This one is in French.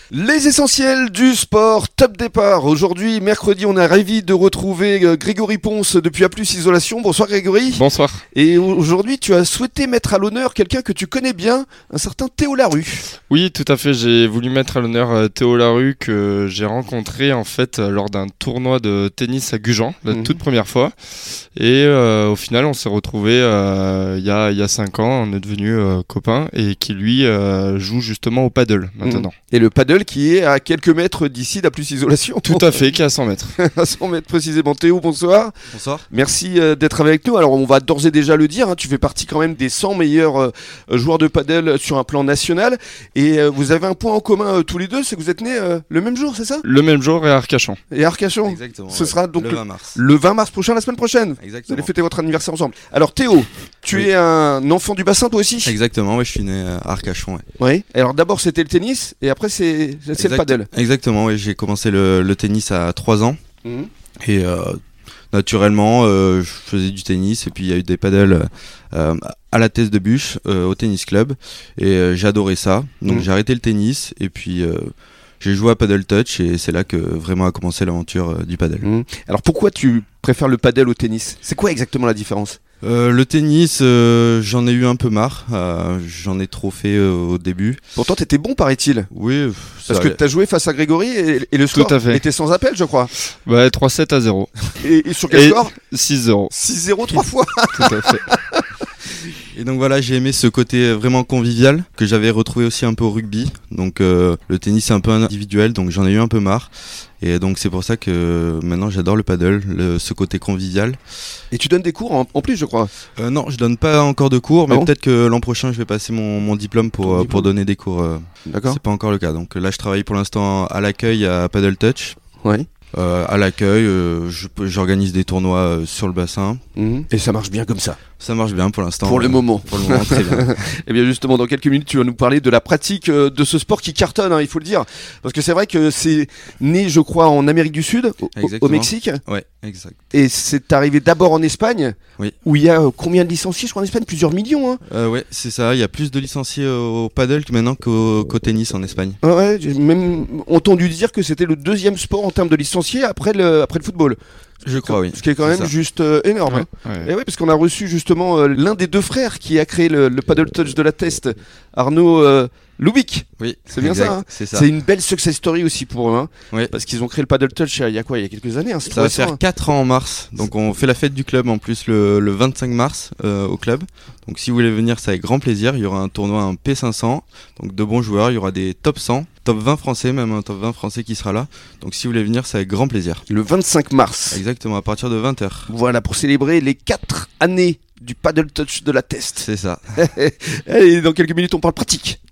Les essentiels du sport, top départ. Aujourd'hui, mercredi, on est ravis de retrouver Grégory Ponce depuis A+ Isolation. Bonsoir Grégory. Bonsoir. Et aujourd'hui, tu as souhaité mettre à l'honneur quelqu'un que tu connais bien, un certain Théo Larue. Oui, tout à fait. J'ai voulu mettre à l'honneur Théo Larue que j'ai rencontré en fait lors d'un tournoi de tennis à Gujan, la toute première fois. Et au final, on s'est retrouvés il y a 5 ans. On est devenus copains et qui lui joue justement au paddle maintenant. Et le paddle qui est à quelques mètres d'ici d'A+ Isolation. Tout à fait, qui est à 100 mètres. À 100 mètres précisément. Théo, bonsoir. Bonsoir. Merci d'être avec nous. Alors on va d'ores et déjà le dire, tu fais partie quand même des 100 meilleurs joueurs de paddle sur un plan national. Et vous avez un point en commun tous les deux, c'est que vous êtes nés le même jour, c'est ça ? Le même jour et à Arcachon. Et Arcachon. Exactement. Ce sera donc le 20 mars. Le 20 mars prochain, la semaine prochaine. Vous Exactement. allez fêter votre anniversaire ensemble. Alors Théo, tu es un enfant du bassin toi aussi ? Exactement, ouais, je suis né à Arcachon. Ouais. Oui. Alors d'abord c'était le tennis et après c'est le paddle. Exactement, ouais, j'ai commencé le tennis à 3 ans. Mhm. Et naturellement, je faisais du tennis et puis il y a eu des paddles à la Thèse de Buch au tennis club et j'adorais ça. Donc j'ai arrêté le tennis et puis j'ai joué à Paddle Touch et c'est là que vraiment a commencé l'aventure du paddle. Alors pourquoi tu préfères le paddle au tennis ? C'est quoi exactement la différence ? Le tennis, j'en ai eu un peu marre. J'en ai trop fait au début. Pourtant t'étais bon paraît-il. Oui. Parce que t'as joué face à Grégory et le score était sans appel je crois. Ouais, 3-7 à 0. Et sur quel score ? 6-0. 6-0 3 fois. Tout à fait. Et donc voilà, j'ai aimé ce côté vraiment convivial que j'avais retrouvé aussi un peu au rugby. Donc le tennis c'est un peu individuel, donc j'en ai eu un peu marre. Et donc c'est pour ça que maintenant j'adore le paddle, ce côté convivial. Et tu donnes des cours en plus je crois ? Non, je donne pas encore de cours, mais bon peut-être que l'an prochain je vais passer mon diplôme pour donner des cours. D'accord. C'est pas encore le cas. Donc là je travaille pour l'instant à l'accueil à Paddle Touch. Oui. À l'accueil, j'organise des tournois sur le bassin. Et ça marche bien comme ça. Ça marche bien pour l'instant. Pour le moment. Pour le moment, très bien. Et bien justement, dans quelques minutes, tu vas nous parler de la pratique de ce sport qui cartonne, il faut le dire. Parce que c'est vrai que c'est né, je crois, en Amérique du Sud, au Mexique. Ouais, exact. Et c'est arrivé d'abord en Espagne, oui. Où il y a combien de licenciés, je crois, en Espagne ? Plusieurs millions. Ouais, c'est ça. Il y a plus de licenciés au paddle maintenant qu'au tennis en Espagne. Ouais, j'ai même entendu dire que c'était le deuxième sport en termes de licenciés après le football. Je crois, oui. Ce qui est quand même juste énorme. Ouais. Et oui, parce qu'on a reçu justement l'un des deux frères qui a créé le Paddle Touch de la Teste, Arnaud Lubick. Oui, c'est bien ça, c'est ça. C'est une belle success story aussi pour eux. Oui. Parce qu'ils ont créé le Paddle Touch il y a quelques années. Ça va faire 4 ans en mars. Donc on fait la fête du club en plus le 25 mars au club. Donc si vous voulez venir, c'est avec grand plaisir. Il y aura un tournoi, un P500. Donc de bons joueurs. Il y aura des top 100, top 20 français, même un top 20 français qui sera là. Donc si vous voulez venir, c'est avec grand plaisir. Le 25 mars. Exactement, à partir de 20h. Voilà, pour célébrer les 4 années du Paddle Touch de la Teste. C'est ça. Et dans quelques minutes, on parle pratique.